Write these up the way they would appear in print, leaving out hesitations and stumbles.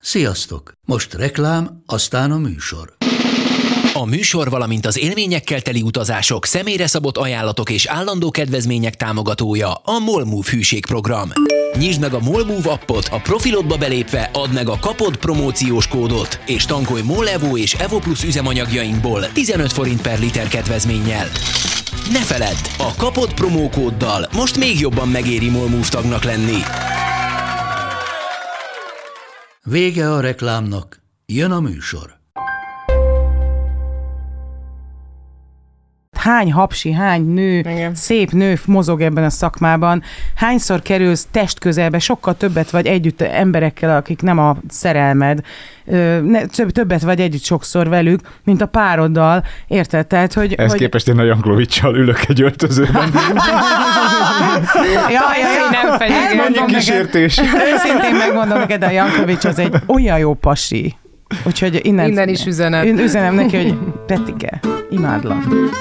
Sziasztok! Most reklám, aztán a műsor. A műsor, valamint az élményekkel teli utazások, személyre szabott ajánlatok és állandó kedvezmények támogatója a MOLMOVE hűségprogram. Nyisd meg a MOLMOVE appot, a profilodba belépve add meg a kapod promóciós kódot, és tankolj MOL Evo és Evo Plus üzemanyagjainkból 15 forint per liter kedvezménnyel. Ne feledd, a kapod promókóddal most még jobban megéri MOLMOVE tagnak lenni. Vége a reklámnak, jön a műsor. Hány hapsi, hány nő, igen, szép nő mozog ebben a szakmában, hányszor kerülsz testközelbe, sokkal többet vagy együtt emberekkel, akik nem a szerelmed, többet vagy együtt sokszor velük, mint a pároddal, érted? Tehát, hogy... Képest én a Jankovics-sal ülök egy öltözőben. Nem fegyek. Mennyi kísértés. Őszintén megmondom neked, a Jankovics az egy olyan jó pasi. Úgyhogy innen is üzenet. Üzenem neki, hogy Petike, imádlak.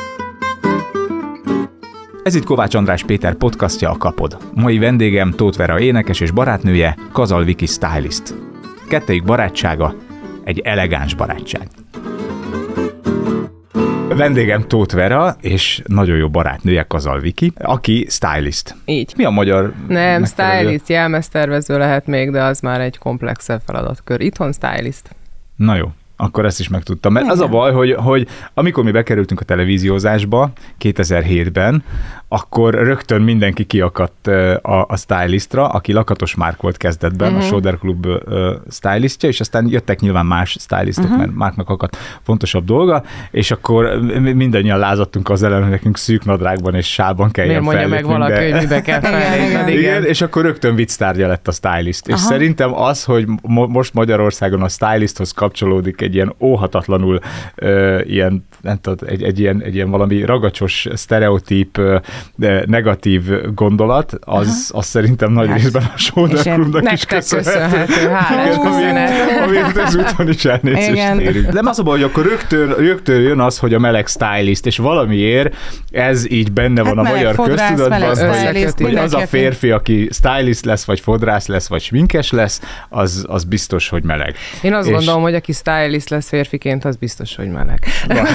Ez itt Kovács András Péter podcastja, a Kapod. Mai vendégem Tóth Vera énekes és barátnője, Kazal Viki stylist. Kettejük barátsága egy elegáns barátság. Vendégem Tóth Vera, és nagyon jó barátnője Kazal Viki, aki stylist. Így. Mi a magyar? Nem, stylist, jelmeztervező lehet még, de az már egy komplexebb feladatkör. Itthon stylist. Na jó. Akkor ezt is megtudtam. Mert az a baj, hogy amikor mi bekerültünk a televíziózásba 2007-ben, akkor rögtön mindenki kiakadt a stylistra, aki Lakatos Márk volt kezdetben, a Soder Klub stylistja, és aztán jöttek nyilván más stylistok, mert Márknak akadt fontosabb dolga, és akkor mindannyian lázadtunk az ellen, hogy nekünk szűk nadrágban és sálban kelljen fellépni. Miért mondja meg valaki, hogy mibe kell fellépni? Igen, és akkor rögtön vicctárgya lett a stylist. És szerintem az, hogy most Magyarországon a stylisthoz kapcsolódik egy ilyen óhatatlanul ilyen, nem tudom, egy ilyen valami ragacsos, sztereotíp, negatív gondolat, az szerintem nagy részben a Soder Klubnak is köszönhető. Hálás köszönet. Amit ezúton is elnézést érünk. De az a baj, hogy akkor rögtön jön az, hogy a meleg stylist, és valamiért ez így benne van a magyar köztudatban, hogy az a férfi, aki stylist lesz, vagy fodrász lesz, vagy sminkes lesz, az biztos, hogy meleg. Én azt gondolom, hogy aki stylist lesz férfiként, az biztos, hogy meleg.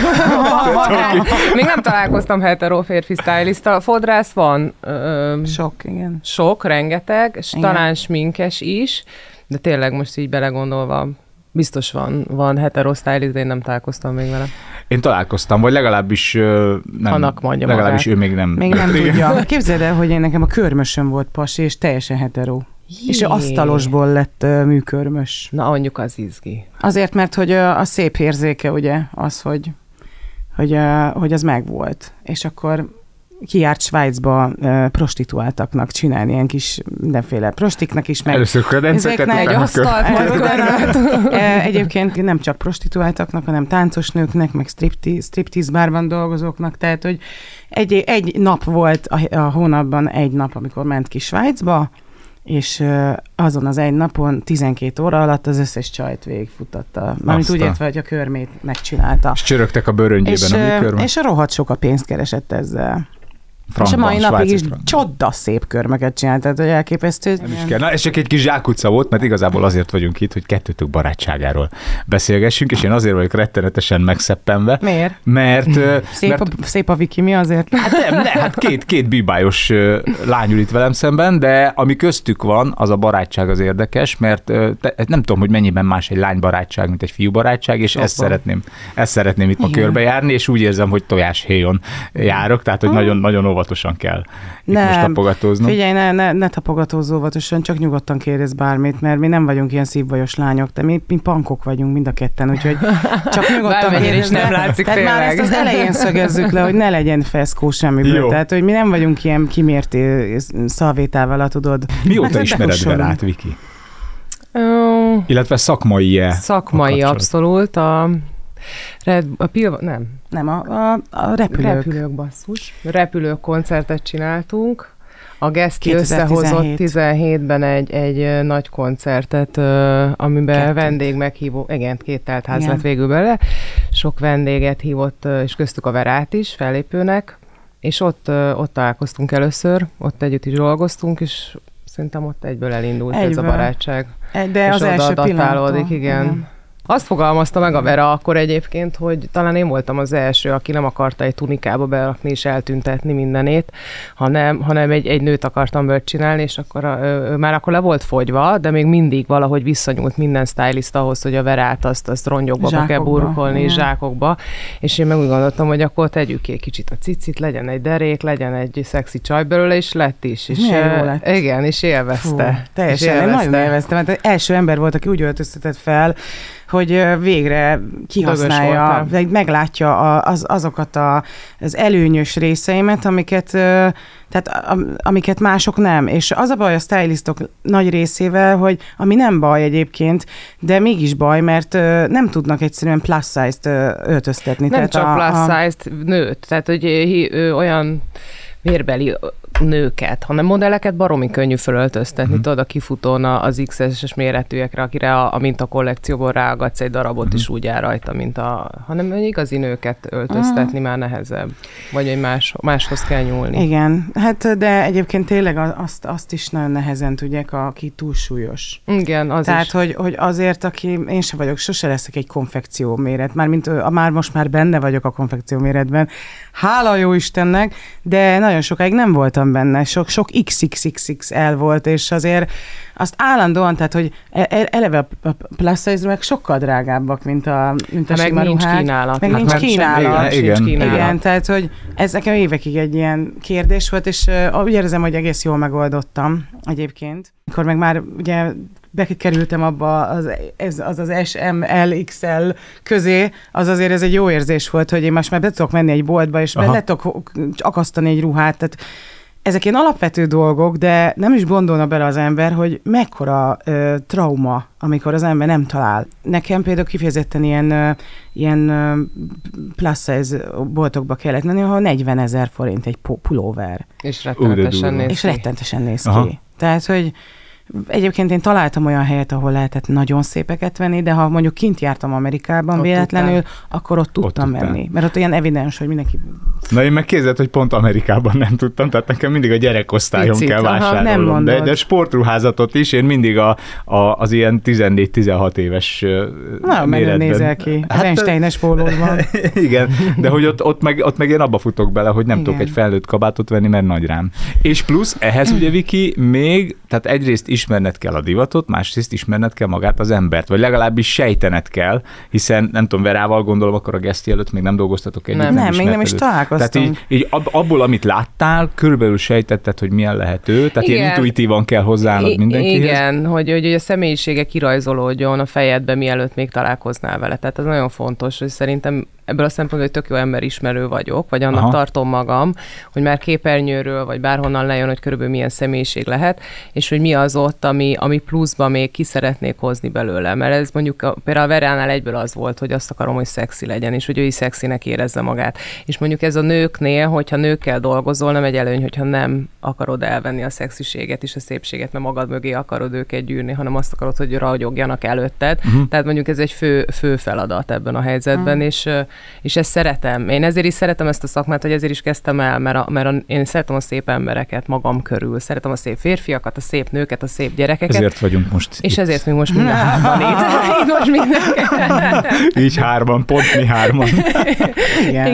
Még nem találkoztam hetero férfi stylisttal. Fodrász van. Sok, igen. Sok, rengeteg, és talán sminkes is, de tényleg most így belegondolva biztos van hetero stylist, de én nem találkoztam még vele. Én találkoztam, vagy legalábbis nem. Annak mondja legalábbis magát. Ő még nem. Még nem tudja. Képzeld el, hogy én nekem a körmösöm volt pasi, és teljesen hetero. És asztalosból lett műkörmös. Na, mondjuk az izgi. Azért, mert hogy a szép érzéke, ugye, az, hogy az megvolt. És akkor kijárt Svájcba prostituáltaknak csinálni, ilyen kis mindenféle prostiknak is, meg először kredenceket, egy asztalt, majd egyébként nem csak prostituáltaknak, hanem táncos nőknek, meg striptease bárban dolgozóknak, tehát, hogy egy nap volt a hónapban, egy nap, amikor ment ki Svájcba, és azon az egy napon 12 óra alatt az összes csajt végigfutatta. Mármint úgy értve, hogy a körmét megcsinálta. És csörögtek a bőröngyében a műkörmön. És rohadt sok a pénzt keresett ezzel. Frankban, és a mai napig is csoda szép körmeket csinált, tehát hogy elképesztő. Nem is kell. Na, ez csak egy kis zsákutca volt, mert igazából azért vagyunk itt, hogy kettőtök barátságáról beszélgessünk, és én azért vagyok rettenetesen megszeppenve. Miért? Mert... Szép a Viki, mi azért? Hát két bíbájos lány ül itt velem szemben, de ami köztük van, az a barátság az érdekes, mert nem tudom, hogy mennyiben más egy lánybarátság, mint egy fiúbarátság, és ezt szeretném itt ma körbejárni, és úgy érzem, hogy tojáshéjon járok, tehát hogy nagyon óvatosan kell most tapogatóznom. Figyelj, ne tapogatózz óvatosan, csak nyugodtan kérdezz bármit, mert mi nem vagyunk ilyen szívbajos lányok, de mi pankok vagyunk mind a ketten, úgyhogy csak nyugodtan kérdezz. Nem látszik tehát tényleg. már ezt az elején szögezzük le, hogy ne legyen feszkó semmiből. Tehát, hogy mi nem vagyunk ilyen kimért szalvétával, tudod. Mióta ismered Verát, Viki? Illetve szakmai-e? Szakmai, abszolút. A repülők, basszus. Repülők koncertet csináltunk. A Geszti összehozott 17-ben egy nagy koncertet, amiben vendég meghívó, igen, 2 teltház lett végül bele. Sok vendéget hívott, és köztük a Verát is, fellépőnek, és ott találkoztunk először, ott együtt is dolgoztunk, és szerintem ott egyből elindult ez a barátság. De az első pillanattól. Igen. Azt fogalmazta meg a Vera akkor egyébként, hogy talán én voltam az első, aki nem akarta egy tunikába berakni és eltüntetni mindenét, hanem egy nőt akartam bőrt csinálni, és akkor már akkor le volt fogyva, de még mindig valahogy visszanyúlt minden stylist ahhoz, hogy a Verát azt rongyokba kell burkolni, zsákokba, és én meg úgy gondoltam, hogy akkor tegyük ki egy kicsit a cicit, legyen egy derék, legyen egy szexi csaj belőle, és lett is. És igen, és élvezte. Fú, teljesen, én nagyon élveztem, mert első ember volt, aki úgy öltöztetett fel, hogy végre kihasználja, meglátja azokat az előnyös részeimet, amiket mások nem. És az a baj a stylistok nagy részével, hogy ami nem baj egyébként, de mégis baj, mert nem tudnak egyszerűen plus size-t öltöztetni. Nem tehát csak plus size-t nőt, tehát hogy olyan vérbeli nőket, hanem modelleket baromi könnyű fölöltöztetni. Tudod, a kifutón az XS-es méretűekre, akire a mintakollekcióból ráagadsz egy darabot, is úgy áll rajta, hanem igazi nőket öltöztetni már nehezebb. Vagy egy máshoz kell nyúlni. Igen, hát de egyébként tényleg azt is nagyon nehezen tudják, aki túlsúlyos. Igen, az tehát, is. hogy azért, aki én sem vagyok, sose leszek egy konfekció méret, már most már benne vagyok a konfekció méretben. Hála jó Istennek, de nagyon sokáig nem voltam benne, sok XXXXL volt, és azért azt állandóan, tehát, hogy eleve a plus size-ruhák sokkal drágábbak, mint a sima ruhák. Meg nincs kínálat. Igen, tehát, hogy ez nekem évekig egy ilyen kérdés volt, és úgy érzem, hogy egész jól megoldottam egyébként. Amikor meg már ugye bekerültem abba az SML-XL közé, az azért ez egy jó érzés volt, hogy én most már be tudok menni egy boltba, és le tudok akasztani egy ruhát, tehát ezek ilyen alapvető dolgok, de nem is gondolna bele az ember, hogy mekkora trauma, amikor az ember nem talál. Nekem például kifejezetten ilyen plus size boltokba kellett menni, ahol 40 000 forint egy pulóver. És rettenetesen néz ki. Tehát, hogy egyébként én találtam olyan helyet, ahol lehetett nagyon szépeket venni, de ha mondjuk kint jártam Amerikában ott véletlenül, akkor ott tudtam venni. Mert ott olyan evidens, hogy mindenki... Na én meg képzeld, hogy pont Amerikában nem tudtam, tehát nekem mindig a gyerekosztályon kell vásárolnom. De sportruházatot is, én mindig az ilyen 14-16 éves méretben. Menő nézel ki, az Einstein-es pólódban. Igen, de hogy ott meg én abba futok bele, hogy nem tudok egy felnőtt kabátot venni, mert nagy rám. És plusz ehhez ugye, Viki, még, tehát egyrészt ismerned kell a divatot, másrészt ismerned kell magát az embert, vagy legalábbis sejtened kell, hiszen nem tudom, Verával gondolom, akkor a Geszti előtt még nem dolgoztatok együtt. Nem, még nem is találkoztunk. Tehát így abból, amit láttál, körülbelül sejtetted, hogy milyen lehető, tehát ilyen intuitívan kell hozzáállnod mindenkihez. Igen, hogy a személyisége kirajzolódjon a fejedbe, mielőtt még találkoznál vele. Tehát ez nagyon fontos, hogy szerintem ebből a szempontból, hogy tök jó emberismerő vagyok, vagy annak tartom magam, hogy már képernyőről, vagy bárhonnan lejön, hogy körülbelül milyen személyiség lehet, és hogy mi az ott, ami pluszba még ki szeretnék hozni belőle. Mert ez mondjuk például a Veránál egyből az volt, hogy azt akarom, hogy szexi legyen, és hogy ő is szexinek érezze magát. És mondjuk ez a nőknél, hogyha nőkkel dolgozol, nem egy előny, hogyha nem akarod elvenni a szexiséget és a szépséget, mert magad mögé akarod őket gyűrni, hanem azt akarod, hogy ragyogjanak előtted. Tehát mondjuk ez egy fő feladat ebben a helyzetben, és ezt szeretem. Én ezért is szeretem ezt a szakmát, hogy ezért is kezdtem el, mert én szeretem a szép embereket magam körül. Szeretem a szép férfiakat, a szép nőket, a szép gyerekeket. Ezért vagyunk most és itt. Ezért mi most minden hárman itt. Itt most mindenki. Így hárman, pont mi hárman. Igen.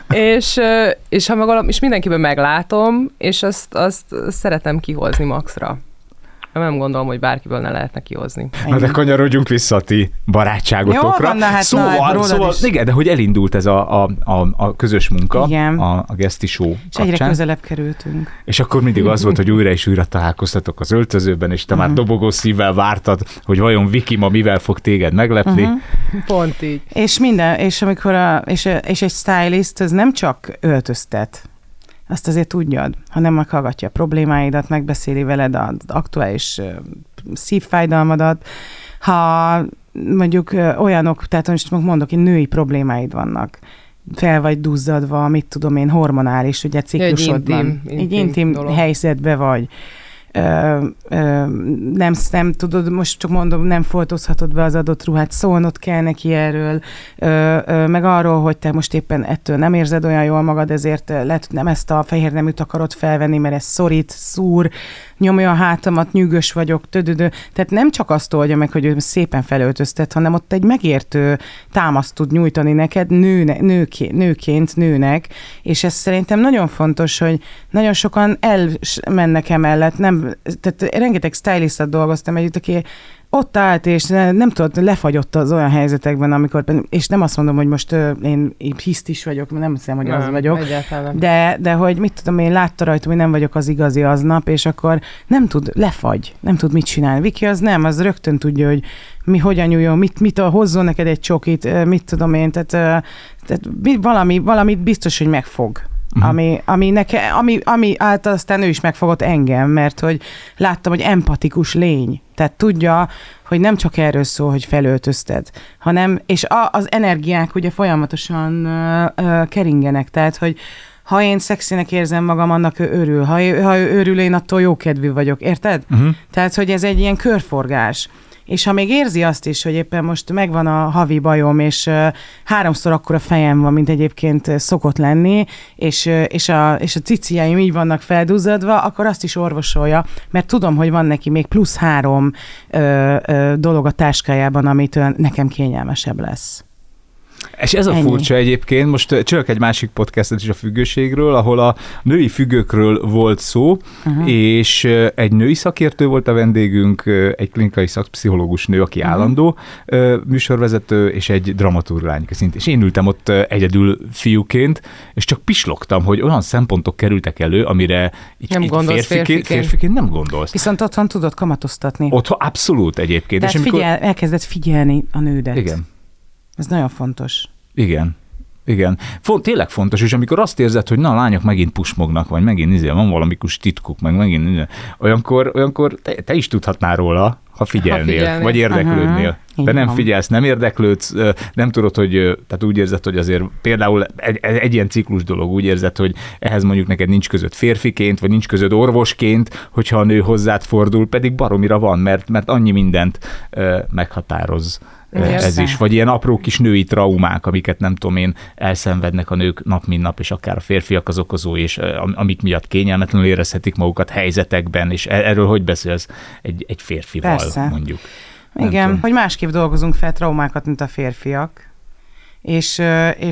És ha és mindenkiben meglátom, és azt szeretem kihozni maxra. Nem gondolom, hogy bárkiből ne lehetne kihozni. Na de kanyarodjunk vissza a ti barátságotokra. Jó, van, hát szóval igen, de hogy elindult ez a közös munka, a Geszti Show kapcsán. És egyre közelebb kerültünk. És akkor mindig az volt, hogy újra és újra találkoztatok az öltözőben, és te már dobogó szívvel vártad, hogy vajon Viki ma mivel fog téged meglepni. Pont így. És amikor és egy stylist, az nem csak öltöztet, azt azért tudjad, hanem meghallgatja a problémáidat, megbeszéli veled az aktuális szívfájdalmadat. Ha mondjuk olyanok, tehát most mondok, hogy női problémáid vannak, fel vagy duzzadva, mit tudom én, hormonális, ugye ciklusodban. Egy intim helyzetbe vagy. Nem tudod, most csak mondom, nem foltozhatod be az adott ruhát, szólnod kell neki erről, meg arról, hogy te most éppen ettől nem érzed olyan jól magad, ezért lehet, nem ezt a fehér neműt akarod felvenni, mert ez szorít, szúr, nyomja a hátamat, nyűgös vagyok, tehát nem csak azt oldja meg, hogy ő szépen felöltöztet, hanem ott egy megértő támaszt tud nyújtani neked nőként, nőnek, és ez szerintem nagyon fontos, hogy nagyon sokan elmennek emellett, tehát rengeteg stylistat dolgoztam együtt, aki ott állt, és nem tudod, lefagyott az olyan helyzetekben, amikor, és nem azt mondom, hogy most én hisztis vagyok, mert nem hiszem, hogy az vagyok, de hogy mit tudom, én látta rajta, hogy nem vagyok az igazi aznap, és akkor nem tud, lefagy, nem tud mit csinálni. Viki az nem, az rögtön tudja, hogy mi hogyan nyúljon, mit hozzon neked egy csokit, mit tudom én, tehát valamit biztos, hogy megfog. Ami által aztán ő is megfogott engem, mert hogy láttam, hogy empatikus lény. Tehát tudja, hogy nem csak erről szól, hogy felöltözted, hanem, és az energiák ugye folyamatosan keringenek, tehát, hogy ha én szexinek érzem magam, annak ő örül. Ha ő örül, én attól jókedvű vagyok, érted? Tehát, hogy ez egy ilyen körforgás. És ha még érzi azt is, hogy éppen most megvan a havi bajom, és 3-szor akkora fejem van, mint egyébként szokott lenni, és a ciciáim így vannak felduzzadva, akkor azt is orvosolja, mert tudom, hogy van neki még plusz 3 dolog a táskájában, amitől nekem kényelmesebb lesz. És ez a furcsa egyébként, most csinálok egy másik podcastet is a függőségről, ahol a női függőkről volt szó, és egy női szakértő volt a vendégünk, egy klinikai szakpszichológus nő, aki állandó műsorvezető, és egy dramaturg lány. És én ültem ott egyedül fiúként, és csak pislogtam, hogy olyan szempontok kerültek elő, amire nem gondolsz férfiként nem gondolsz. Viszont otthon tudod kamatoztatni. Otthon abszolút egyébként. Tehát és elkezded figyelni a nődet. Igen. Ez nagyon fontos. Igen. Tényleg fontos, és amikor azt érzed, hogy na, a lányok megint pusmognak, vagy megint van valami kus titkuk, meg megint olyankor te is tudhatnál róla, ha figyelnél, vagy érdeklődnél. De nem figyelsz, nem érdeklődsz, nem tudod, hogy tehát úgy érzed, hogy azért például egy ilyen ciklus dolog, úgy érzed, hogy ehhez mondjuk neked nincs között férfiként, vagy nincs között orvosként, hogyha a nő hozzád fordul, pedig baromira van, mert annyi mindent meghatároz. Ez is, vagy ilyen apró kis női traumák, amiket nem tudom én, elszenvednek a nők nap mint nap, és akár a férfiak az okozó, és amik miatt kényelmetlenül érezhetik magukat helyzetekben, és erről hogy beszélsz egy férfival, persze. Mondjuk? Igen, hogy másképp dolgozunk fel traumákat, mint a férfiak, és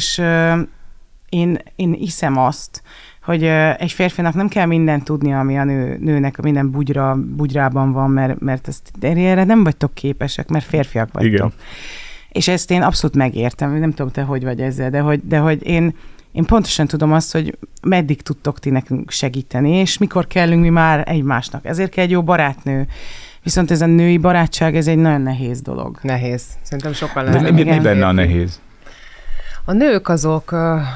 én hiszem azt, hogy egy férfinak nem kell mindent tudnia, ami a nőnek minden bugyrában van, mert erre nem vagytok képesek, mert férfiak vagytok. Igen. És ezt én abszolút megértem, nem tudom, te hogy vagy ezzel, de hogy én pontosan tudom azt, hogy meddig tudtok ti nekünk segíteni, és mikor kellünk mi már egymásnak. Ezért kell egy jó barátnő. Viszont ez a női barátság, ez egy nagyon nehéz dolog. Nehéz. Szerintem sokkal nehezebb. De mi benne a nehéz? A nők azok,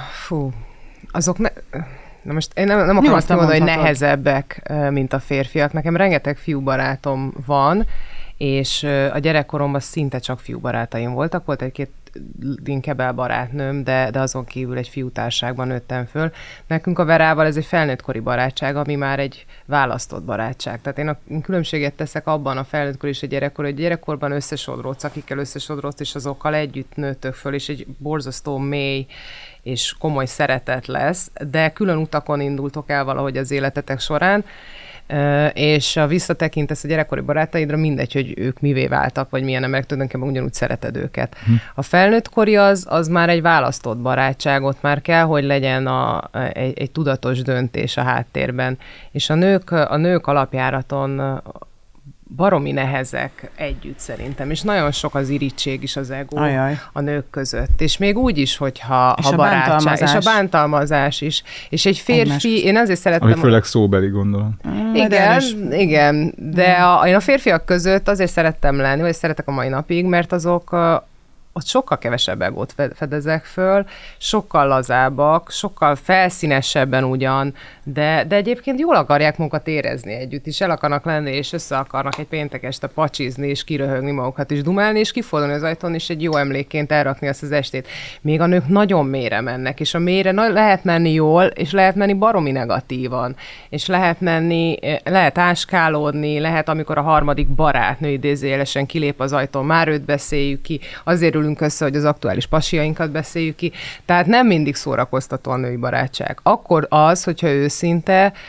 na most én nem akarom azt mondani, hogy nehezebbek, mint a férfiak. Nekem rengeteg fiúbarátom van, és a gyerekkoromban szinte csak fiúbarátaim voltak. Volt egy-két inkább barátnőm, de azon kívül egy fiútárságban nőttem föl. Nekünk a Verával ez egy felnőttkori barátság, ami már egy választott barátság. Tehát én a különbséget teszek abban a felnőttkor és a gyerekkor, hogy gyerekkorban összesodródsz, akikkel összesodródsz, és azokkal együtt nőttök föl, és egy borzasztó mély és komoly szeretet lesz, de külön utakon indultok el valahogy az életetek során, és ha visszatekintesz a gyerekkori barátaidra, mindegy, hogy ők mivé váltak, vagy milyen emberek, tulajdonképpen ugyanúgy szereted őket. A felnőttkori az már egy választott barátság, ott már kell, hogy legyen egy tudatos döntés a háttérben. És a nők alapjáraton baromi nehezek együtt szerintem, és nagyon sok az irigység is az ego a nők között. És még úgy is, hogyha barátság, és a bántalmazás is. És egy férfi, én azért szerettem... Ami főleg szóbeli, gondolom. Igen, de én a férfiak között azért szerettem lenni, vagy szeretek a mai napig, mert azok ott sokkal kevesebb egót fedezek föl, sokkal lazábbak, sokkal felszínesebben ugyan, de egyébként jól akarják magukat érezni együtt, és el akarnak lenni, és össze akarnak egy péntek este pacsizni, és kiröhögni magukat, és dumálni, és kifordulni az ajtón, és egy jó emlékként elrakni azt az estét. Még a nők nagyon mélyre mennek, és a mélyre lehet menni jól, és lehet menni baromi negatívan, és lehet áskálódni, lehet, amikor a harmadik barátnő idézőjelesen kilép az ajtón, már őt beszéljük ki, azért ülünk össze, hogy az aktuális pasiainkat beszéljük ki. Tehát nem mindig szórakoztató a női barátság. Akkor az, hogyha őszinte,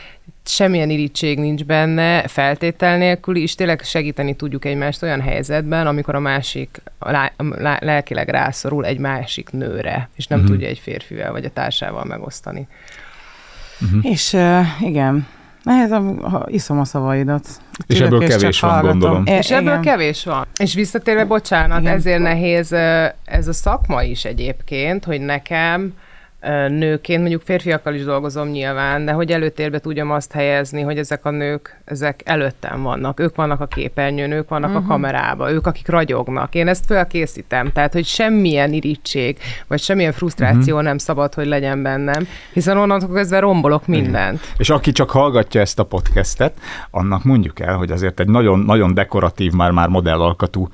semmilyen irítség nincs benne, feltétel nélkül is, tényleg segíteni tudjuk egymást olyan helyzetben, amikor a másik lelkileg rászorul egy másik nőre, és nem tudja egy férfivel vagy a társával megosztani. És igen, iszom a szavaidat. És ebből kevés van, gondolom. És ebből kevés van. És visszatérve, bocsánat, igen. Ezért nehéz ez a szakma is egyébként, hogy nekem nőként, mondjuk férfiakkal is dolgozom nyilván, de hogy előtérbe tudjam azt helyezni, hogy ezek a nők, ezek előttem vannak. Ők vannak a képernyőn, ők vannak a kamerában, ők, akik ragyognak. Én ezt felkészítem, tehát, hogy semmilyen irítség, vagy semmilyen frusztráció nem szabad, hogy legyen bennem, hiszen onnantól kezdve rombolok mindent. És aki csak hallgatja ezt a podcastet, annak mondjuk el, hogy azért egy nagyon, nagyon dekoratív, már modellalkatú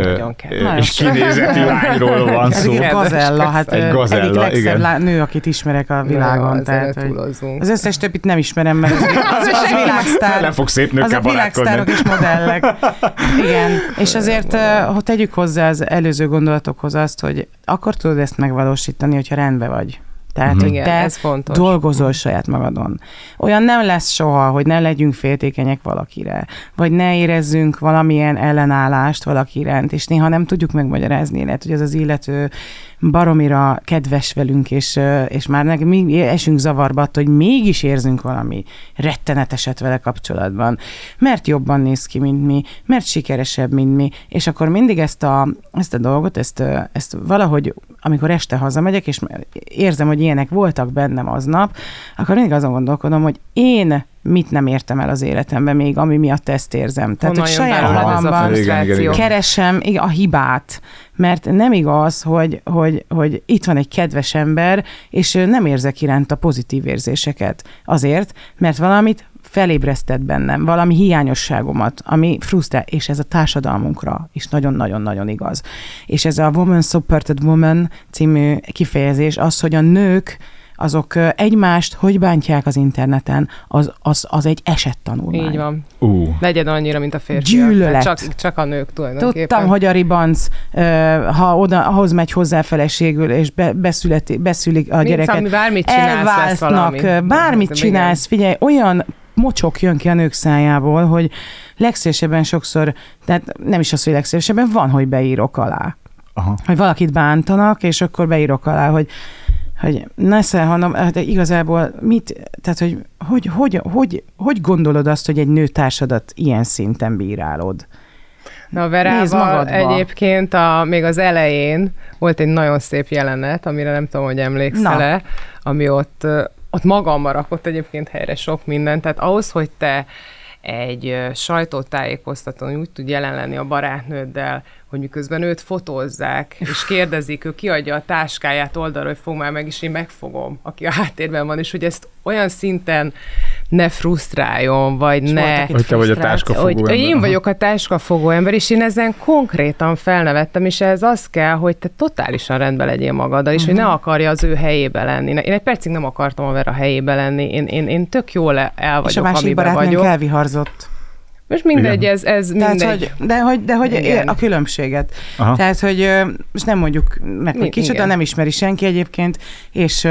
és kinézeti lányról van szó. Egy gazella, hát egy gazella, egyik legszebb nő, akit ismerek a világon. Tehát, az összes többit nem ismerem, mert az világsztár. Nem fog szép nőkkel barátkozni. Világsztárok és modellek. Igen. És azért, hogy tegyük hozzá az előző gondolatokhoz azt, hogy akkor tudod ezt megvalósítani, hogyha rendben vagy. Tehát, hogy te dolgozol saját magadon. Olyan nem lesz soha, hogy ne legyünk féltékenyek valakire, vagy ne érezzünk valamilyen ellenállást valaki iránt, és néha nem tudjuk megmagyarázni, lehet, hogy ez az illető baromira kedves velünk, és már mi esünk zavarba attól, hogy mégis érzünk valami retteneteset vele kapcsolatban, mert jobban néz ki, mint mi, mert sikeresebb, mint mi, és akkor mindig ezt a dolgot, ezt valahogy, amikor este hazamegyek, és érzem, hogy ilyenek voltak bennem aznap, akkor mindig azon gondolkodom, hogy én mit nem értem el az életemben még, ami miatt ezt érzem. Tehát, hogy saját magamban keresem a hibát, mert nem igaz, hogy itt van egy kedves ember, és nem érzek iránta pozitív érzéseket. Azért, mert valamit felébresztett bennem, valami hiányosságomat, ami frusztrál, és ez a társadalmunkra is nagyon-nagyon-nagyon igaz. És ez a Woman Supported Woman című kifejezés az, hogy a nők azok egymást hogy bántják az interneten, az egy esettanulmány. Így van. Legyen annyira, mint a férfiak. Gyűlölet. Csak a nők tulajdonképpen. Tudtam, hogy a ribanc, ha ahhoz megy hozzá feleségül, és beszülik a gyereket. Bármit csinálsz, elváltnak, bármit csinálsz, figyelj, olyan mocsok jön ki a nők szájából, hogy legszívesebben sokszor, tehát nem is az, hogy legszívesebben, van, hogy beírok alá. Aha. Hogy valakit bántanak, és akkor beírok alá, hogy nesze, hanem hát igazából hogy gondolod azt, hogy egy nőtársadat ilyen szinten bírálod? Na, Verával egyébként még az elején volt egy nagyon szép jelenet, amire nem tudom, hogy emlékszel-e, ami ott magammal rakott egyébként helyre sok mindent. Tehát ahhoz, hogy te egy sajtótájékoztatón úgy tud jelen lenni a barátnőddel, hogy miközben őt fotózzák, és kérdezik, ő kiadja a táskáját oldalról, hogy fog már meg, és én megfogom, aki a háttérben van, és hogy ezt olyan szinten ne frusztráljon, vagy ne... Hogy te vagy a táskafogó ember. Én vagyok a táskafogó ember, és én ezen konkrétan felnevettem, és ehhez az kell, hogy te totálisan rendben legyél magaddal, és hogy ne akarja az ő helyébe lenni. Én egy percig nem akartam a Vera helyébe lenni, én tök jól el vagyok, és a másik barátnőnk elviharzott. Most mindegy, ez mindegy. De hogy a különbséget. Aha. Tehát, hogy most nem mondjuk meg, hogy kicsoda, nem ismeri senki egyébként, és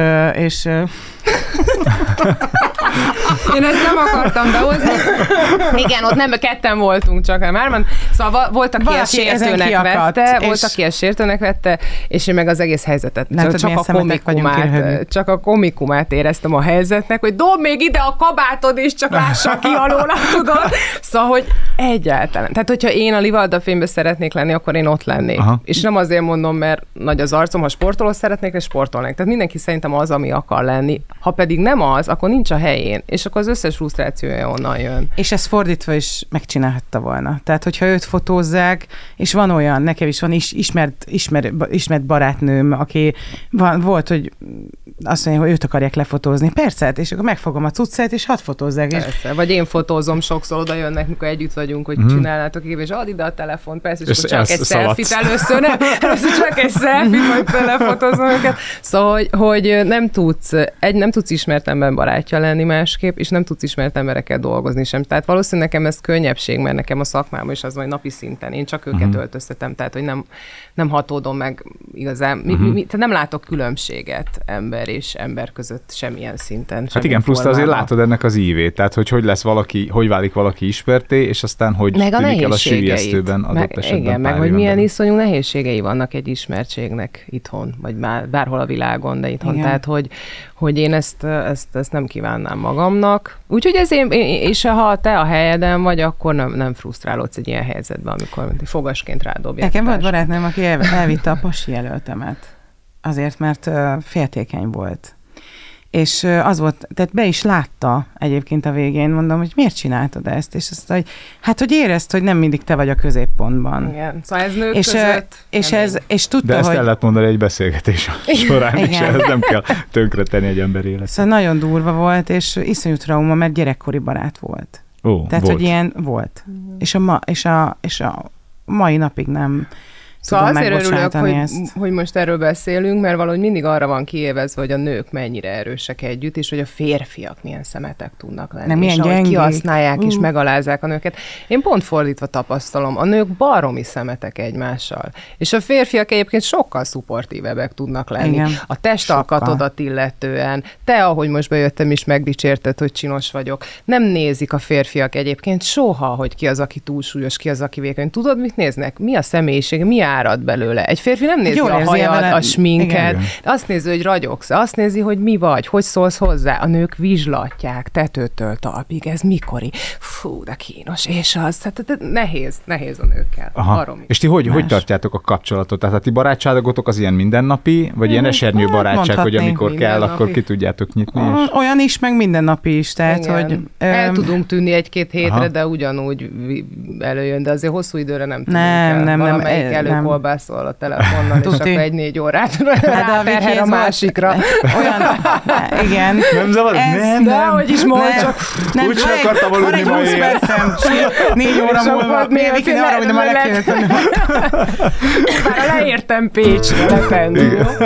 én ezt nem akartam behozni. Igen, ott nem, ketten voltunk csak, már. Szóval volt, aki ezt sértőnek vette, és én meg az egész helyzetet. Csak a komikumát éreztem a helyzetnek, hogy dob még ide a kabátod, és csak lássa ki alóla, tudod. Szóval, hogy egyáltalán. Tehát, hogyha én a Livalda Fényben szeretnék lenni, akkor én ott lennék. Aha. És nem azért mondom, mert nagy az arcom, ha sportoló szeretnék, és sportolnék. Tehát mindenki szerintem az, ami akar lenni. Ha pedig nem az, akkor nincs a helyén, és akkor az összes frusztrációja onnan jön. És ezt fordítva is megcsinálhatta volna. Tehát, hogyha őt fotózzák, és van olyan, nekem is van ismert barátnőm, aki volt, hogy azt mondja, hogy őt akarják lefotózni. Persze, és akkor megfogom a cuccát, és hadd fotózzák. Persze, vagy én fotózom, sokszor oda jönnek amikor együtt vagyunk, hogy csinálnátok éve, és add ide a telefont, persze, és csak egy selfie-t először, csak egy selfie, majd telefotózom őket. Szóval, hogy nem tudsz ismert ember barátja lenni másképp, és nem tudsz ismert emberekkel dolgozni sem. Tehát valószínűleg nekem ez könnyebbség, mert nekem a szakmám is az, hogy napi szinten én csak őket öltöztetem, tehát hogy nem hatódom meg igazán. Tehát nem látok különbséget ember és ember között semmilyen szinten. Hát igen, plusz azért látod ennek az ívét, tehát hogy lesz valaki, hogy válik valaki ismerté, és aztán hogy tűnik el a süllyesztőben adott esetben. Igen, meg hogy milyen iszonyú nehézségei vannak egy ismertségnek itthon, vagy bárhol a világon, de itthon. Igen. Tehát, hogy én ezt nem kívánnám magamnak. Úgyhogy és ha te a helyeden vagy, akkor nem frusztrálódsz egy ilyen helyzetben, amikor fogasként rádobják. Nekem volt barátnőm, aki elvitte a pasi jelöltemet. Azért, mert féltékeny volt. És az volt, tehát be is látta egyébként a végén, mondom, hogy miért csináltad ezt? És azt mondta, hogy hogy érezd, hogy nem mindig te vagy a középpontban. Igen, szóval ez nők között. És tudta, de ezt el lehet mondani egy beszélgetés során, és ez nem kell tönkretenni egy ember életet. Szóval nagyon durva volt, és iszonyú trauma, mert gyerekkori barát volt. Tehát, volt. hogy ilyen volt. És a mai napig nem Szóval azért örülök, hogy most erről beszélünk, mert valahogy mindig arra van kiévezve, hogy a nők mennyire erősek együtt, és hogy a férfiak milyen szemetek tudnak lenni. Nem, és ahogy kihasználják és megalázzák a nőket. Én pont fordítva tapasztalom, a nők baromi szemetek egymással. És a férfiak egyébként sokkal szupportívebbek tudnak lenni. Igen, a testalkatodat illetően, te, ahogy most bejöttem is megdicsérted, hogy csinos vagyok, nem nézik a férfiak egyébként soha, hogy ki az, aki túlsúlyos, ki az, aki vékony. Tudod, mit néznek? Mi a személyiség, mi árad belőle. Egy férfi nem nézi a hajad, a sminket, azt nézi, hogy ragyogsz, azt nézi, hogy mi vagy, hogy szólsz hozzá. A nők vizslatják tetőtől talpig, ez mikori. Fú, de kínos, és az, tehát nehéz a nőkkel. És ti hogy tartjátok a kapcsolatot? Tehát a ti barátságotok az ilyen mindennapi, vagy ilyen esernyő barátság, hogy amikor kell, akkor ki tudjátok nyitni? És... Olyan is, meg mindennapi is. Tehát, hogy, el tudunk tűnni egy-két hétre, de ugyanúgy előjön, de azért hosszú időre nem tudunk nem. Kolbászol a telefonnal, és akkor 1-4 órát ráterhel a másikra. Olyan, igen. Nem zavar? Nem. Hogy is mondj, csak... Úgy sem akartam aludni ma éjjel. 4 óra múlva. Miért arra, hogy nem már le kéne tenni. Már leértem Pécsre, letenni.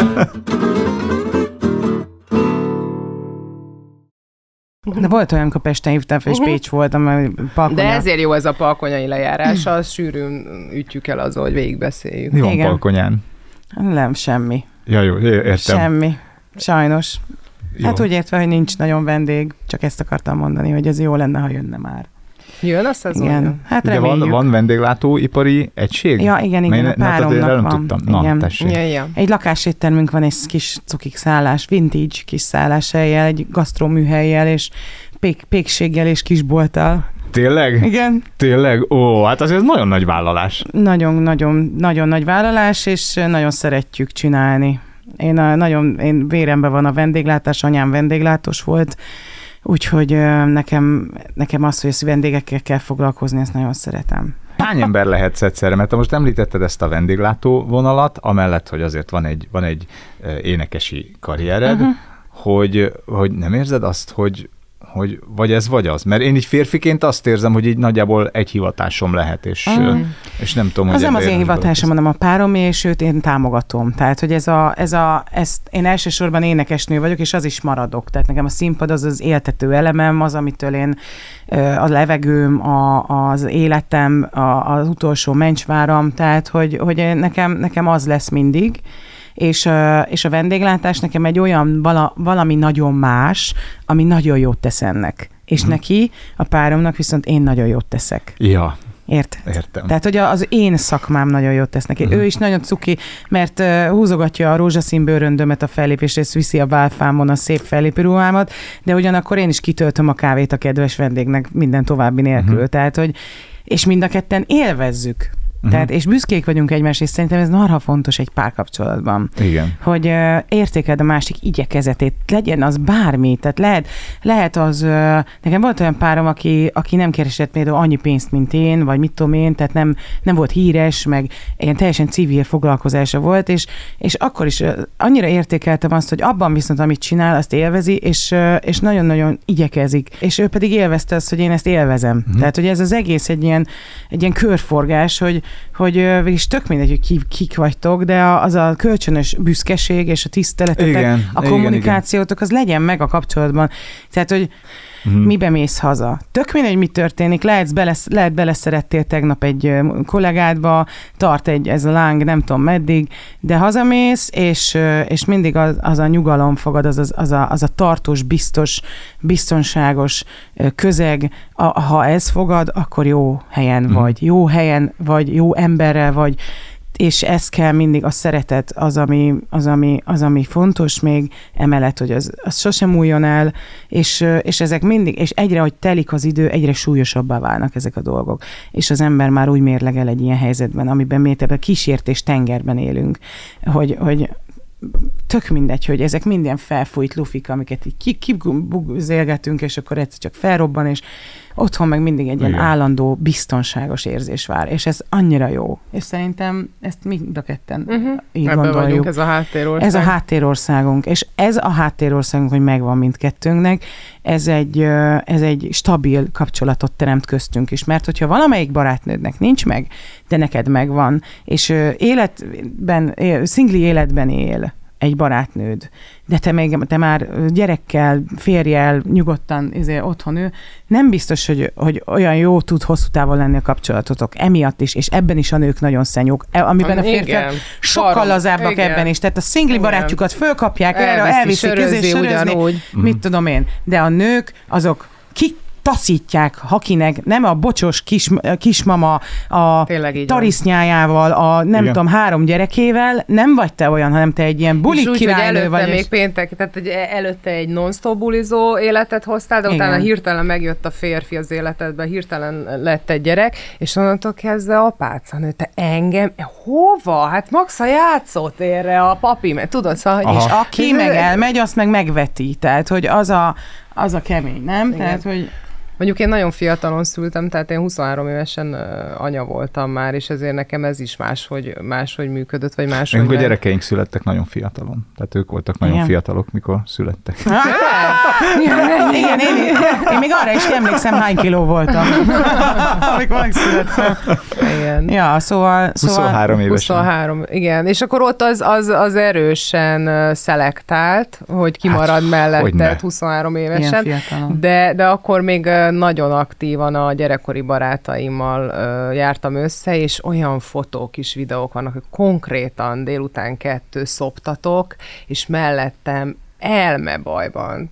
De volt olyan, amikor Pesten hívtam, és Pécs voltam, De ezért jó ez a palkonyai lejárás, az sűrűn ütjük el azzal, hogy végigbeszéljük. Mi van Palkonyán? Nem, semmi. Ja, jó, értem. Semmi. Sajnos. Jó. Hát úgy értve, hogy nincs nagyon vendég, csak ezt akartam mondani, hogy ez jó lenne, ha jönne már. Jön a szezon? Igen, hát ugye van vendéglátóipari egység? Ja, igen, a páromnak van. Tudtam. Na, igen. tessék. Ja. Egy lakáséttermünk van, egy kis cukik szállás, vintage kis szálláshelyjel, egy gasztroműhellyel, és pékséggel és kisbolttal. Tényleg? Igen. Tényleg? Ó, hát azért ez nagyon nagy vállalás. Nagyon nagy vállalás, és nagyon szeretjük csinálni. Én véremben van a vendéglátás, anyám vendéglátós volt, úgyhogy nekem az, hogy vendégekkel kell foglalkozni, ezt nagyon szeretem. Hány ember lehetsz egyszerre? Mert te most említetted ezt a vendéglátó vonalat, amellett, hogy azért van egy énekesi karriered, hogy nem érzed azt, hogy vagy ez vagy az? Mert én így férfiként azt érzem, hogy így nagyjából egy hivatásom lehet, és nem tudom, hogy... Az nem az én hivatásom, hanem a páromé, és őt én támogatom. Tehát, hogy ezt én elsősorban énekesnő vagyok, és az is maradok. Tehát nekem a színpad az éltető elemem, az, amitől én a levegőm, az életem, az utolsó mencsváram, tehát, hogy nekem az lesz mindig. És a vendéglátás nekem egy olyan valami nagyon más, ami nagyon jót tesz ennek. És neki, a páromnak viszont én nagyon jót teszek. Ja. Értem. Tehát, hogy az én szakmám nagyon jót tesz neki. Ő is nagyon cuki, mert húzogatja a rózsaszín bőröndömet a fellépésre, és viszi a válfámon a szép fellépőruhámat, de ugyanakkor én is kitöltöm a kávét a kedves vendégnek minden további nélkül. Tehát, hogy és mind a ketten élvezzük Tehát, és büszkék vagyunk egymás, és szerintem ez marha fontos egy párkapcsolatban. Igen. Hogy értékeld a másik igyekezetét, legyen az bármi, tehát lehet az, nekem volt olyan párom, aki nem keresett például annyi pénzt, mint én, vagy mit tudom én, tehát nem volt híres, meg ilyen teljesen civil foglalkozása volt, és akkor is annyira értékeltem azt, hogy abban viszont, amit csinál, azt élvezi, és nagyon-nagyon igyekezik. És ő pedig élvezte azt, hogy én ezt élvezem. Tehát, hogy ez az egész egy ilyen körforgás, hogy végülis tök mindegy, hogy kik vagytok, de az a kölcsönös büszkeség és a tiszteletetek, a kommunikációtok, az legyen meg a kapcsolatban. Tehát, hogy mibe mész haza. Tök mindegy, mi történik. Lehet beleszerettél tegnap egy kollégádba, tart ez a láng, nem tudom meddig, de hazamész, és mindig az a nyugalom fogad, az a tartós, biztonságos közeg. Ha ez fogad, akkor jó helyen vagy, jó emberrel vagy, és ez kell mindig, a szeretet az, ami fontos még, emellett, hogy az sosem múljon el, és ezek mindig, és egyre, hogy telik az idő, egyre súlyosabbá válnak ezek a dolgok. És az ember már úgy mérlegel egy ilyen helyzetben, amiben mélyebben kísértés tengerben élünk, hogy tök mindegy, hogy ezek minden felfújt lufik, amiket így kibuzélgetünk, és akkor egyszer csak felrobban, és otthon meg mindig egy ilyen állandó, biztonságos érzés vár, és ez annyira jó. És szerintem ezt mind a ketten így gondoljuk. Vagyunk, ez a háttérország. Ez a háttérországunk, és ez a háttérországunk, hogy megvan mindkettőnknek, ez egy stabil kapcsolatot teremt köztünk is, mert hogyha valamelyik barátnődnek nincs meg, de neked megvan, és szingli életben él egy barátnőd, de te már gyerekkel, férjel, nyugodtan otthon ő, nem biztos, hogy olyan jó tud hosszú távon lenni a kapcsolatotok. Emiatt is, és ebben is a nők nagyon szenyók, amiben a férfiak sokkal lazábbak ebben is. Tehát a szingli barátjukat fölkapják, elviszik sörözni, mit tudom én. De a nők, azok taszítják hakinek, nem a bocsos kismama a tarisznyájával, a nem tudom, 3 gyerekével, nem vagy te olyan, hanem te egy ilyen bulik királynő vagy. Még péntek, tehát hogy előtte egy non-stop bulizó életet hoztál, de utána hirtelen megjött a férfi az életedbe, hirtelen lett egy gyerek, és onnantól kezdve apáca nő, te engem, hova? Hát max a játszótérre a papi, mert tudod, szóval, és aki meg elmegy, azt meg megveti, tehát hogy az a kemény, nem? Igen. Tehát, hogy mondjuk én nagyon fiatalon szültem, tehát én 23 évesen anya voltam már, és ezért nekem ez is máshogy működött, vagy máshogy. A gyerekeink születtek nagyon fiatalon. Tehát ők voltak nagyon fiatalok, mikor születtek. Igen, én még arra is emlékszem, hány kiló voltam, amikor megszülettem. Igen. Ja, szóval 23 évesen. 23, igen. És akkor ott az erősen szelektált, hogy kimarad melletted 23 évesen. De akkor még nagyon aktívan a gyerekkori barátaimmal jártam össze, és olyan fotók és videók vannak, hogy konkrétan délután 2 szoptatok, és mellettem elmebajban,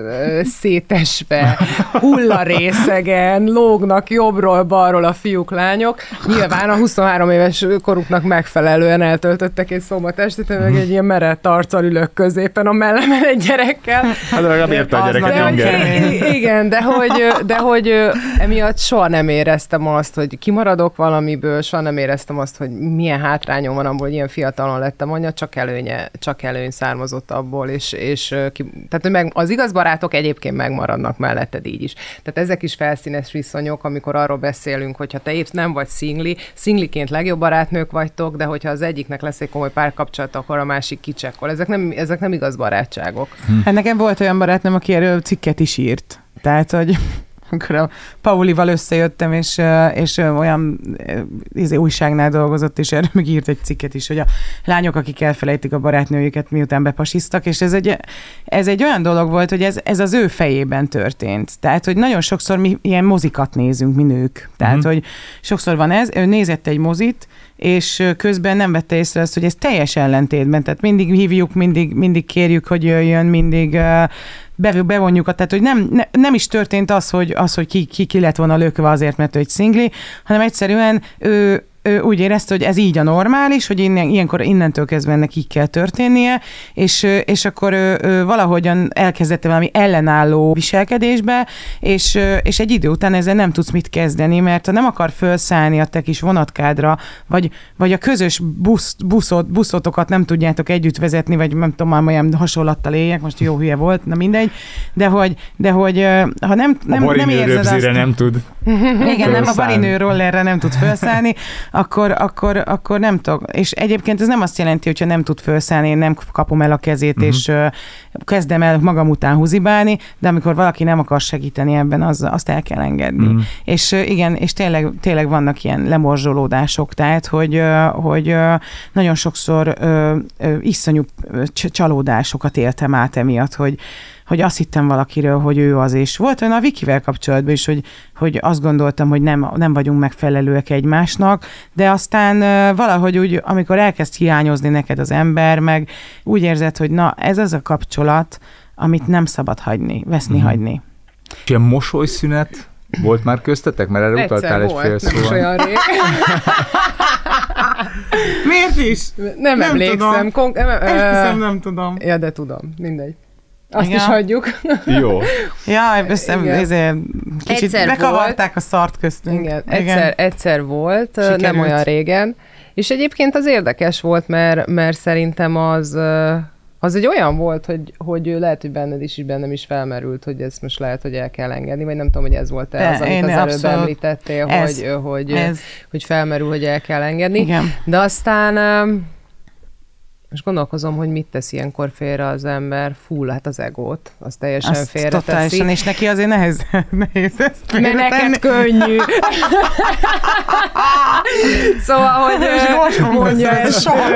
szétesve, hullarészegen, lógnak jobbról-balról a fiúk, lányok. Nyilván a 23 éves koruknak megfelelően eltöltöttek egy szombatestit, meg egy ilyen merett arccal ülök középen a mellemen egy gyerekkel. Hát legalább érte a gyereket. Igen, de hogy emiatt soha nem éreztem azt, hogy kimaradok valamiből, soha nem éreztem azt, hogy milyen hátrányom van abból, hogy ilyen fiatalon lettem anya, csak előny származott abból, és tehát az igaz barátok egyébként megmaradnak melletted így is. Tehát ezek is felszínes viszonyok, amikor arról beszélünk, hogyha te épp nem vagy szingliként legjobb barátnők vagytok, de hogyha az egyiknek lesz egy komoly párkapcsolat, akkor a másik kicsekkol. Ezek nem igaz barátságok. Hát nekem volt olyan barátnőm, aki erről cikket is írt. Tehát, hogy amikor a Paulival összejöttem, és olyan újságnál dolgozott, és erről meg írt egy cikket is, hogy a lányok, akik elfelejtik a barátnőjüket, miután bepasisztak, és ez egy olyan dolog volt, hogy ez az ő fejében történt. Tehát, hogy nagyon sokszor mi ilyen mozikat nézünk, mi nők. Tehát, hogy sokszor van ez, ő nézett egy mozit, és közben nem vette észre azt, hogy ez teljes ellentétben. Tehát mindig hívjuk, mindig kérjük, hogy jöjjön, mindig bevonjuk, tehát hogy nem is történt az, hogy ki lett volna lökve azért, mert ő egy szingli, hanem egyszerűen ő úgy érezte, hogy ez így a normális, hogy ilyenkor innentől kezdve ennek így kell történnie, és akkor ő valahogyan elkezdett valami ellenálló viselkedésbe, és egy idő után ezzel nem tudsz mit kezdeni, mert ha nem akar felszállni a te kis vonatkádra, vagy a közös buszotokat nem tudjátok együtt vezetni, vagy nem tudom, már olyan hasonlattal éljek, most jó hülye volt, na mindegy, de hogy ha nem érzed azt... nem tud. Igen, nem, a barinő rollerre nem tud felszállni, akkor nem tudok. És egyébként ez nem azt jelenti, hogyha nem tud felszállni, én nem kapom el a kezét, és kezdem el magam után húzibálni, de amikor valaki nem akar segíteni ebben, azt el kell engedni. És igen, és tényleg vannak ilyen lemorzsolódások, tehát, hogy nagyon sokszor iszonyú csalódásokat éltem át emiatt, hogy azt hittem valakiről, hogy ő az, és volt olyan a Vikivel kapcsolatban is, hogy azt gondoltam, hogy nem vagyunk megfelelőek egymásnak, de aztán valahogy úgy, amikor elkezd hiányozni neked az ember, meg úgy érzed, hogy na, ez az a kapcsolat, amit nem szabad veszni hagyni. És ilyen mosolyszünet volt már köztetek? Mert erre utaltál egy fél szóval. Nem olyan rég. Miért is? Nem emlékszem. Esküszöm, nem tudom. Ja, de tudom. Mindegy. Azt is hagyjuk. Jó. Ja, kicsit bekavarták a szart köztünk. Igen. Egyszer volt, sikerült. Nem olyan régen. És egyébként az érdekes volt, mert szerintem az egy olyan volt, hogy lehet, hogy benned is, bennem is felmerült, hogy ezt most lehet, hogy el kell engedni, vagy nem tudom, hogy ez volt az, amit az előbb említettél, hogy felmerül, hogy el kell engedni. Igen. De aztán... Most gondolkozom, hogy mit tesz ilyenkor félre az ember. Hát az egót, az teljesen félreteszi. Totálisan, és neki azért nehéz ezt félretenni. Mert neked könnyű. Szóval, hogy mondja ezt. Soha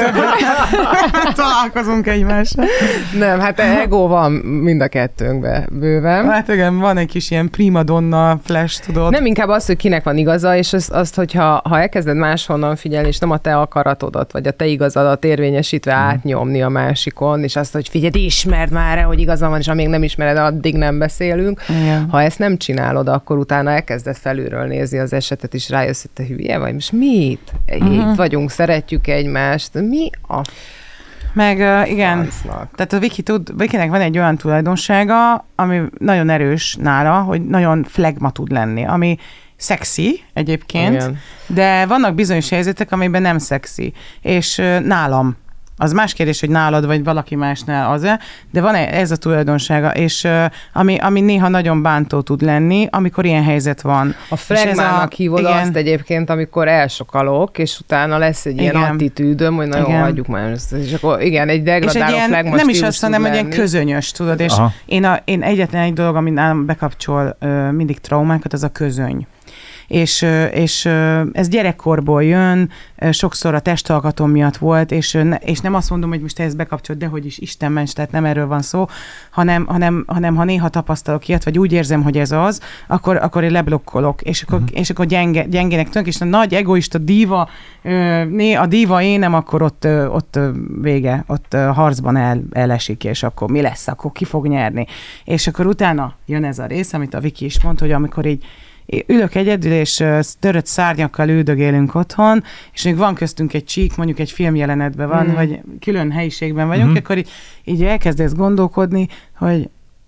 találkozunk egymással. Nem, hát ego van mind a kettőnkben bőven. Hát igen, van egy kis ilyen primadonna flash, tudod. Nem inkább az, hogy kinek van igaza, és azt hogyha elkezded máshonnan figyelni, és nem a te akaratodat, vagy a te igazadat érvényesítve átnyomni a másikon, és azt, hogy figyelj, ismerd már el, hogy igaza van, és amíg nem ismered, addig nem beszélünk. Igen. Ha ezt nem csinálod, akkor utána elkezded felülről nézni az esetet, és rájössz, hogy te hülye vagy, most mit? Itt vagyunk, szeretjük egymást, mi a... Meg igen, francnak. Tehát a Vikinek van egy olyan tulajdonsága, ami nagyon erős nála, hogy nagyon flegma tud lenni, ami szexi egyébként, igen. De vannak bizonyos helyzetek, amiben nem szexi, és nálam. Az más kérdés, hogy nálad, vagy valaki másnál az-e, de van ez a tulajdonsága, és ami néha nagyon bántó tud lenni, amikor ilyen helyzet van. A flegmának hívod azt egyébként, amikor elsokalok, és utána lesz egy ilyen attitűdöm, hogy nagyon hagyjuk már ezt. És akkor igen, egy degradáló flegma nem is azt, hanem egy ilyen közönyös, tudod, és én egyetlen egy dolog, ami nálam bekapcsol mindig traumákat, az a közöny. És ez gyerekkorból jön, sokszor a testalkatom miatt volt, és nem azt mondom, hogy most te ezt bekapcsolod, de hogy is Isten ments, tehát nem erről van szó, hanem ha néha tapasztalok ilyet, vagy úgy érzem, hogy ez az, akkor én leblokkolok, és akkor gyengének tűnök, és a nagy egoista díva, a díva énem, akkor ott vége, ott harcban elesik, és akkor mi lesz, akkor ki fog nyerni. És akkor utána jön ez a rész, amit a Viki is mondta, hogy amikor így ülök egyedül, és törött szárnyakkal üldögélünk otthon, és még van köztünk egy csík, mondjuk egy filmjelenetben van, vagy külön helyiségben vagyunk, akkor így elkezdesz gondolkodni, hogy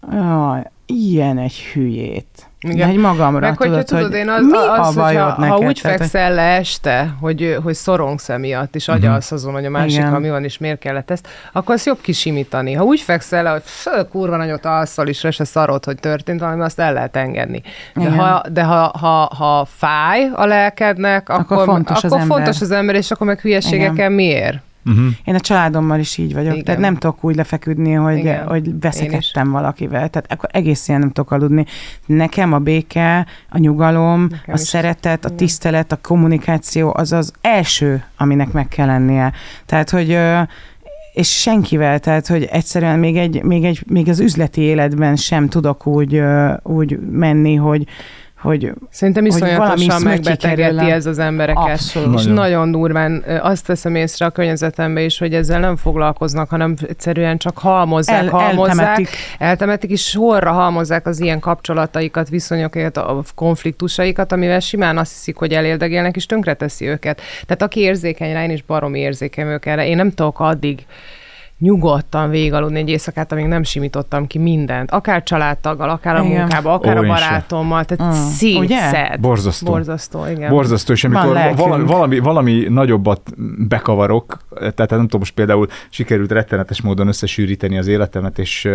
ilyen egy hülyét. Igen. Egy magamra, meg, tudod, én mi a bajod neked? Ha úgy fekszel le este, hogy szorongsz emiatt, és agyalsz azon, hogy a másikkal mi van, és miért kellett ezt, akkor azt jobb kisimítani. Ha úgy fekszel le, hogy kurva nagyot alszol, és se szarod, hogy történt valami, azt el lehet engedni. De ha fáj a lelkednek, akkor fontos az ember, és akkor meg hülyeségeken miért? Én a családommal is így vagyok, igen. Tehát nem tudok úgy lefeküdni, hogy veszekedtem valakivel, tehát akkor egész ilyen nem tudok aludni. Nekem a béke, a nyugalom, nekem a szeretet, a tisztelet, a kommunikáció az első, aminek meg kell lennie. Tehát, hogy és senkivel, tehát, hogy egyszerűen még az üzleti életben sem tudok úgy menni, Szerintem iszonyatosan megbetegeti ez az embereket. Abszolút. És nagyon durván azt veszem észre a környezetembe is, hogy ezzel nem foglalkoznak, hanem egyszerűen csak halmozzák, eltemetik, és sorra halmozzák az ilyen kapcsolataikat, viszonyokat, a konfliktusaikat, amivel simán azt hiszik, hogy elérdegélnek, és tönkreteszi őket. Tehát aki érzékeny rá, én is baromi érzékeny ők erre. Én nem tudok addig nyugodtan végigaludni egy éjszakát, amíg nem simítottam ki mindent. Akár családtaggal, akár a munkába, akár a barátommal. Tehát szétszed. Borzasztó, igen. Borzasztó, és amikor valami nagyobbat bekavarok, tehát nem tudom, most például sikerült rettenetes módon összesűríteni az életemet, és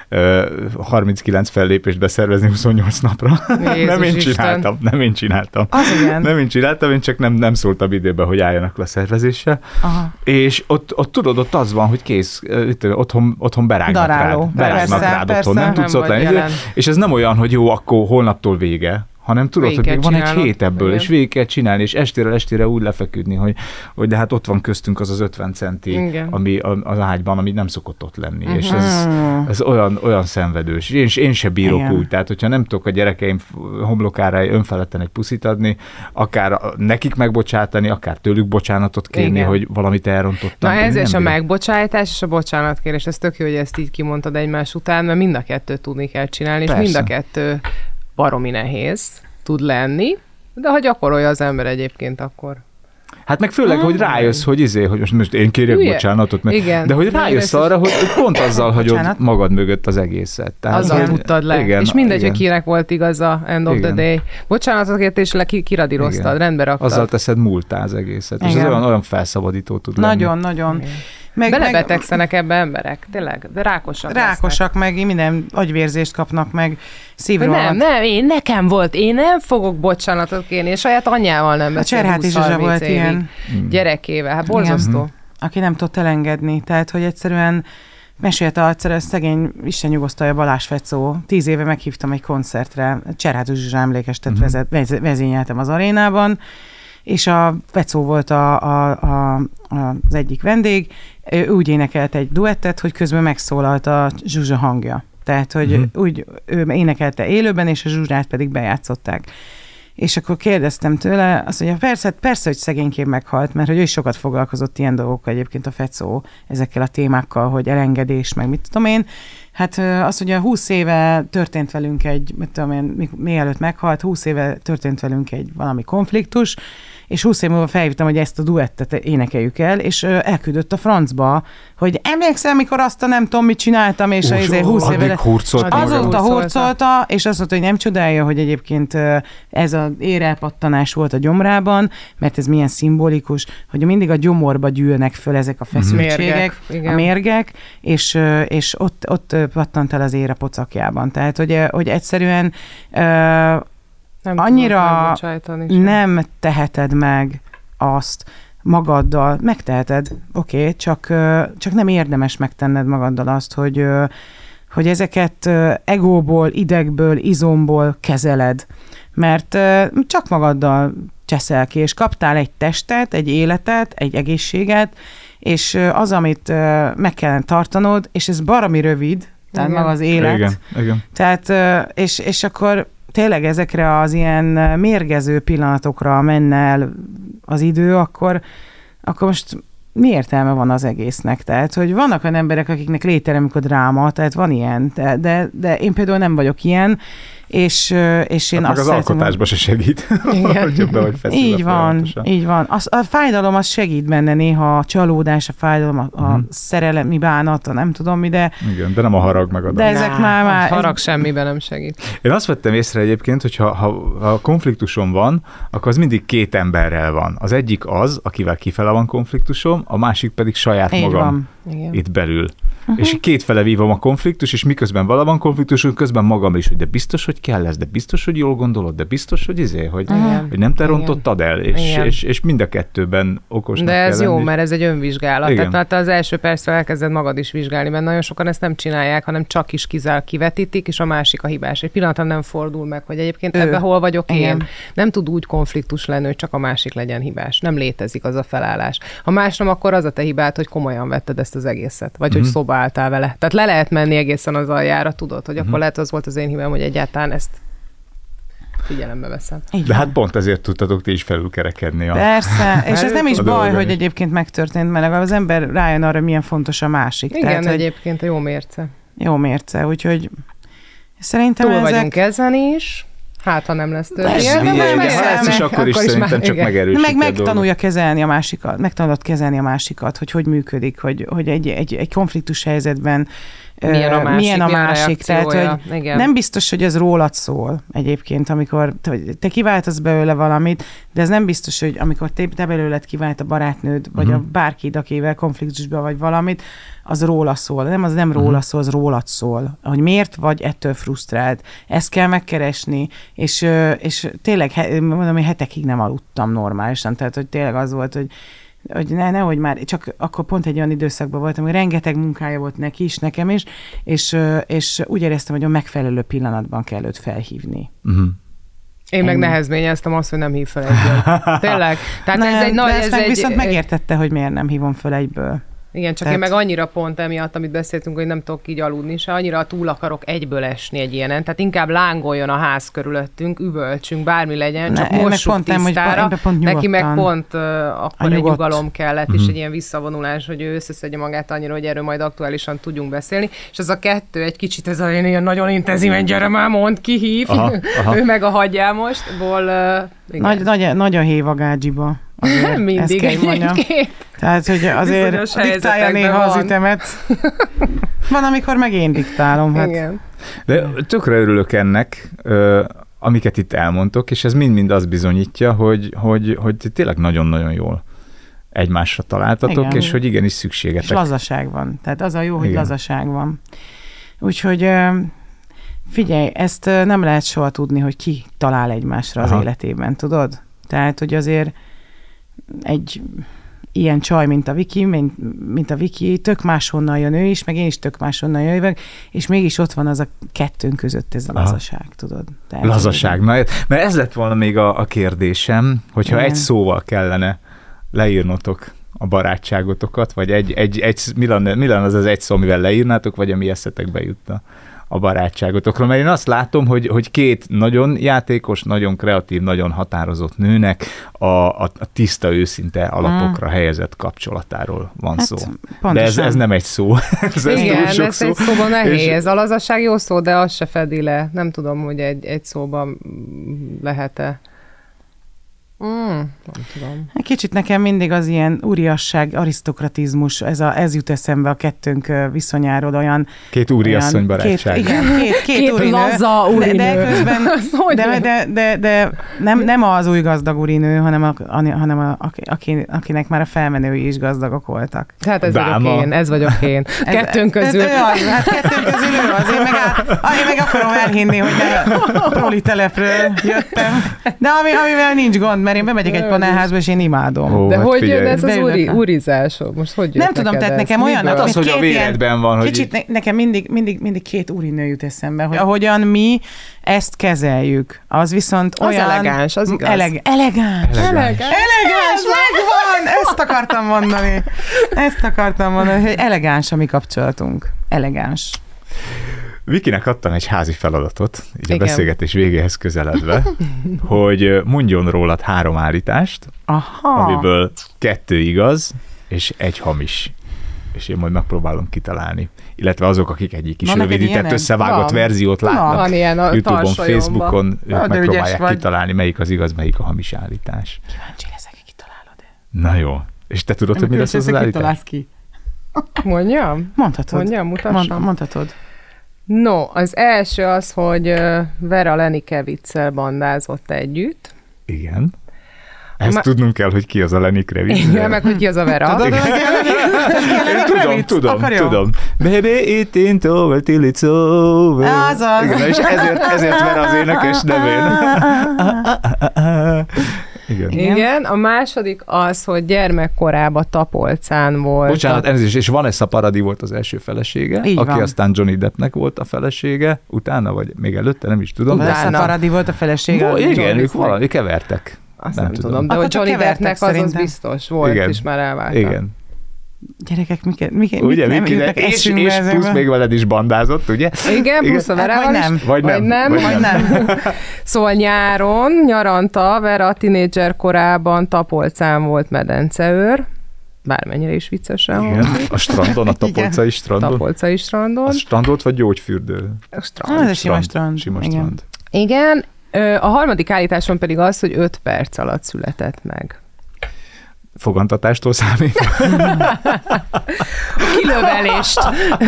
39 fellépést beszervezni 28 napra. Nem én csináltam. Nem én csináltam, én csak nem szóltam időbe, hogy álljanak le a szervezésre. Aha. És ott tudod, ott az van, hogy kész, otthon berágnak rád otthon, nem tudsz ott lenni. És ez nem olyan, hogy jó, akkor holnaptól vége, hanem tudod, hogy még van egy hét ebből, és végig kell csinálni, és estére úgy lefeküdni, hogy de hát ott van köztünk az 50 centi, ami az ágyban, ami nem szokott ott lenni, és ez olyan szenvedős. Én se bírok úgy, tehát hogyha nem tudok a gyerekeim homlokára önfeledten egy puszit adni, akár nekik megbocsátani, akár tőlük bocsánatot kérni, hogy valamit elrontottam. Na ez és a megbocsátás és a bocsánatkérés, ez tök jó, hogy ezt így kimondtad egymás után, mert mind a kettőt tudni kell csinálni, és mind a kettő baromi nehéz tud lenni, de ha gyakorolja az ember egyébként, akkor... Hát meg főleg, hogy rájössz, hogy most én kérjek bocsánatot, de hogy rájössz arra, hogy pont azzal hagyod magad mögött az egészet. Tehát, azzal tudtad le. Igen, és mindegy, hogy kinek volt igaza, end of the day. Bocsánatot kértél, és kiradíroztad, rendbe raktad. Azzal teszed múltá az egészet. És ez olyan felszabadító tud lenni. Nagyon. Belebetegszenek ebbe emberek, tényleg, de rákosak meg minden agyvérzést kapnak meg, szívrohat. Nem, nekem volt, én nem fogok bocsánatot kérni, és saját anyjával nem beszél 20-30 volt évig ilyen gyerekével, hát borzasztó. Igen. Aki nem tudott elengedni, tehát hogy egyszerűen mesélte egyszer, a szegény Isten nyugosztalja Balázs Fecó. 10 éve meghívtam egy koncertre, Cserháti Zsuzsa emlékestet vezényeltem az arénában, és a Fecó volt az egyik vendég, ő úgy énekelt egy duettet, hogy közben megszólalt a Zsuzsa hangja. Tehát, hogy úgy ő énekelte élőben, és a Zsuzsát pedig bejátszották. És akkor kérdeztem tőle, azt mondja, persze, hogy szegényként meghalt, mert hogy ő is sokat foglalkozott ilyen dolgokkal egyébként a Fecó, ezekkel a témákkal, hogy elengedés, meg mit tudom én. Hát azt mondja, 20 éve történt velünk mielőtt meghalt, 20 éve történt velünk egy valami konfliktus, és 20 év múlva felhívtam, hogy ezt a duettet énekeljük el, és elküldött a francba, hogy emlékszel, mikor azt a nem tudom, mit csináltam, és ezért 20 éve azóta hurcolta, és azt mondta, hogy nem csodálja, hogy egyébként ez az érelpattanás volt a gyomrában, mert ez milyen szimbolikus, hogy mindig a gyomorba gyűlnek föl ezek a feszültségek, a mérgek, és ott pattant el az ér a pocakjában. Tehát, hogy egyszerűen annyira nem teheted meg azt magaddal, megteheted, oké, csak nem érdemes megtenned magaddal azt, hogy ezeket egóból, idegből, izomból kezeled, mert csak magaddal cseszel ki, és kaptál egy testet, egy életet, egy egészséget, és az, amit meg kellene tartanod, és ez baromi rövid, tehát maga az élet. Igen. Tehát, és akkor tényleg ezekre az ilyen mérgező pillanatokra menne el az idő, akkor most mi értelme van az egésznek? Tehát, hogy vannak olyan emberek, akiknek léteznek, amikor dráma, tehát van ilyen, de én például nem vagyok ilyen, és én azt az alkotásban se segít. Így van. A fájdalom az segít benne néha, a csalódás, a fájdalom, a szerelemi bánat, nem tudom mi, de... Igen, de nem a harag meg a de ezek már... A harag semmiben nem segít. Én azt vettem észre egyébként, hogy ha konfliktusom van, akkor az mindig két emberrel van. Az egyik az, akivel kifele van konfliktusom, a másik pedig saját magam itt belül. És kétfele vívom a konfliktus, és miközben vala van konfliktus, közben magam is, hogy de biztos, hogy kell ez, de biztos, hogy jól gondolod, de biztos, hogy hogy nem te rontottad el, és mind a kettőben okosnak kell lenni. De ez jó, mert ez egy önvizsgálat. Igen. Tehát az első percben elkezded magad is vizsgálni, mert nagyon sokan ezt nem csinálják, hanem csak is kivetítik, és a másik a hibás. Egy pillanatra nem fordul meg, hogy egyébként ebben hol vagyok én. Nem tud úgy konfliktus lenni, hogy csak a másik legyen hibás. Nem létezik az a felállás. Ha más nem, akkor az a te hibád, hogy komolyan vetted ezt az egészet, vagy hogy szóba álltál vele. Tehát le lehet menni egészen az aljára, tudod, hogy akkor lehet az volt az én hibám, hogy egyáltalán ezt figyelembe veszem. De hát pont ezért tudtatok ti is felülkerekedni. Persze, és ez nem is baj, hogy egyébként megtörtént, mert az ember rájön arra, milyen fontos a másik. Igen, tehát, egyébként a jó mérce. Jó mérce, úgyhogy szerintem túl vagyunk ezen is. Hát, ha nem lesz több. Ha lesz is, akkor is szerintem csak megerősíti a megtanulja kezelni a másikat, megtanulod kezelni a másikat, hogy működik, hogy egy konfliktus helyzetben milyen a másik. Tehát, hogy nem biztos, hogy ez rólad szól egyébként, amikor te kiváltasz belőle valamit, de ez nem biztos, hogy amikor te belőled kivált a barátnőd, vagy a bárki, akivel konfliktusban vagy valamit, az róla szól. Nem, az nem róla szól, az rólad szól. Hogy miért vagy ettől frusztrált. Ezt kell megkeresni, és tényleg, mondom, hogy hetekig nem aludtam normálisan. Tehát, hogy tényleg az volt, hogy nehogy már, csak akkor pont egy olyan időszakban voltam, hogy rengeteg munkája volt neki is, nekem is, és úgy éreztem, hogy a megfelelő pillanatban kell őt felhívni. Én meg nehezményeztem azt, hogy nem hív fel egyből. Tényleg. Tehát ez egy nagy... viszont megértette, hogy miért nem hívom fel egyből. Igen, csak én meg annyira pont emiatt, amit beszéltünk, hogy nem tudok így aludni se, annyira túl akarok egyből esni egy ilyenen. Tehát inkább lángoljon a ház körülöttünk, üvöltsünk, bármi legyen, csak mossuk tisztára. Neki meg pont akkor egy nyugalom kellett, és egy ilyen visszavonulás, hogy ő összeszedje magát annyira, hogy erről majd aktuálisan tudjunk beszélni. És ez a kettő egy kicsit ez ilyen nagyon intenzíven, gyere már, mondd, ki hív. Ő meg a hagyjál mostból. Nagyon hév a gádzsiba. Azért, mindig egyébként. Tehát, hogy azért diktálja néha az ütemet. Van, amikor meg én diktálom. Hát. Igen. De tökre örülök ennek, amiket itt elmondtok, és ez mind-mind azt bizonyítja, hogy tényleg nagyon-nagyon jól egymásra találtatok, igen. És hogy igenis szükségetek. És lazaság van. Tehát az a jó, hogy lazaság van. Úgyhogy figyelj, ezt nem lehet soha tudni, hogy ki talál egymásra az életében, tudod? Tehát, hogy azért egy ilyen csaj, mint a Viki, tök máshonnan jön ő is, meg én is tök máshonnan jövök, és mégis ott van az a kettőnk között ez a lazaság, tudod? Tehát, lazaság, mert ez lett volna még a kérdésem, hogyha egy szóval kellene leírnotok a barátságotokat, vagy mi lenne az egy szó, amivel leírnátok, vagy ami eszetekbe jutna a barátságotokról, mert én azt látom, hogy két nagyon játékos, nagyon kreatív, nagyon határozott nőnek a tiszta, őszinte alapokra helyezett kapcsolatáról van szó. De ez nem egy szó. Igen, ez egy szóban nehéz. A lazaság jó szó, de az se fedi le. Nem tudom, hogy egy szóban lehet-e. Nem tudom. Kicsit nekem mindig az ilyen úriasság, arisztokratizmus, ez jut eszembe a kettőnk viszonyáról, olyan... Két úriasszony barátság. Két úrinő. Laza úrinő. De közben, de nem az új gazdag úrinő, hanem akinek már a felmenői is gazdagok voltak. Hát ez vagyok én. Kettőnk közül. Kettőnk közül ő az. Én meg akarom elhinni, hogy nem a proli telepről jöttem. De amivel nincs gond, mert én bemegyek egy panelházba, és én imádom. De hát hogy jön ez az úrizás? Most hogy jön? Nem tudom, tehát nekem olyan... Hát az, hogy a véredben van. Kicsit nekem mindig két úrinő jut eszembe, hogy ahogyan mi ezt kezeljük, az viszont olyan... Az elegáns, az igaz. Elegáns, megvan! Ezt akartam mondani, hogy elegáns a mi kapcsolatunk. Elegáns. Vikinek adtam egy házi feladatot, így a beszélgetés végéhez közeledve, hogy mondjon rólad 3 állítást, amiből 2 igaz, és 1 hamis. És én majd megpróbálom kitalálni. Illetve azok, akik egyik is rövidített, összevágott verziót látnak YouTube-on, Facebookon, ők megpróbálják kitalálni, melyik az igaz, melyik a hamis állítás. Kíváncsi leszek, hogy kitalálod-e. Na jó. És te tudod, hogy mi lesz az állítás? Mondjam? Mondhatod. Mutassam. Mondhatod. No, az első az, hogy Vera Lenikeviccel bandázott együtt. Igen. Ezt tudnunk kell, hogy ki az a Lenny Kravitz. Igen, meg hogy ki az a Vera. Tudom. Baby, it ain't over till it's over. Azaz. Igen, és ezért Vera az énekes nevén. Igen, a második az, hogy gyermekkorában Tapolcán volt. Bocsánat, és Vanessa Paradis volt az első felesége, így aki van. Aztán Johnny Deppnek volt a felesége, utána, vagy még előtte, nem is tudom. Vanessa Paradis volt a felesége. Igen, ők valami kevertek. Azt nem tudom, de hogy Johnny Deppnek az biztos volt, igen. És már elváltak. Igen. Gyerekek, miket ugye, nem jutnak eszünkbe és plusz még veled is bandázott, ugye? Igen, plusz a Verával is. Vagy nem. Szóval nyaranta, Vera tinédzser korában Tapolcán volt medenceőr, bármennyire is viccesen hangzik. A strandon, a Tapolcai strandon? Tapolcai strandon. A strandot vagy gyógyfürdő? A strand. Ez a sima strand. Igen. A harmadik állításon pedig az, hogy 5 perc alatt született meg. Fogantatástól számít? Kilövelést.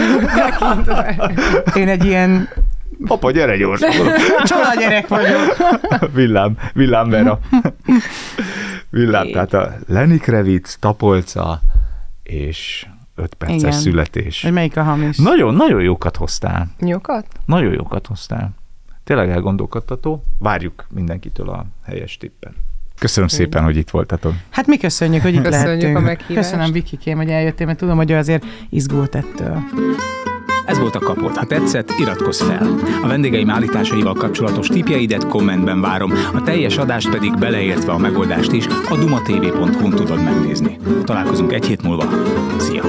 Én egy ilyen... Apa, gyere gyorsan! Csodagyerek vagyok. Villám Vera. Tehát a Lenny Kravitz, Tapolca és 5 perces születés. Hogy melyik a hamis? Nagyon jókat hoztál. Jókat? Nagyon jókat hoztál. Tényleg elgondolkodtató. Várjuk mindenkitől a helyes tippet. Köszönöm szépen, hogy itt voltatok. Hát mi köszönjük, hogy itt lehettünk. A meghívást. Köszönöm, Vikikém, hogy eljöttél, mert tudom, hogy azért izgult ettől. Ez volt a Kapod. Ha tetszett, iratkozz fel. A vendégeim állításaival kapcsolatos tippjeidet kommentben várom, a teljes adást pedig beleértve a megoldást is a dumatv.hu-n tudod megnézni. Találkozunk egy hét múlva. Szia!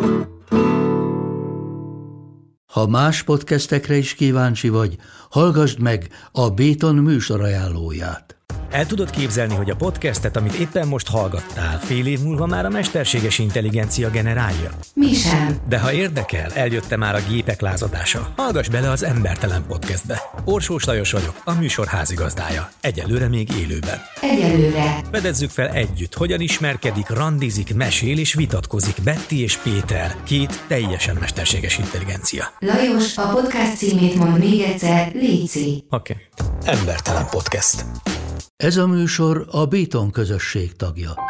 Ha más podcastekre is kíváncsi vagy, hallgassd meg a Béton műsor ajánlóját. El tudod képzelni, hogy a podcastet, amit éppen most hallgattál, fél év múlva már a mesterséges intelligencia generálja? Mi sem. De ha érdekel, eljött már a gépek lázadása. Hallgass bele az Embertelen Podcastbe. Orsós Lajos vagyok, a műsor házigazdája. Egyelőre még élőben. Egyelőre. Fedezzük fel együtt, hogyan ismerkedik, randizik, mesél és vitatkozik Betty és Péter, 2 teljesen mesterséges intelligencia. Lajos, a podcast címét mond még egyszer, léci. Oké. Embertelen Podcast. Ez a műsor a Béton közösség tagja.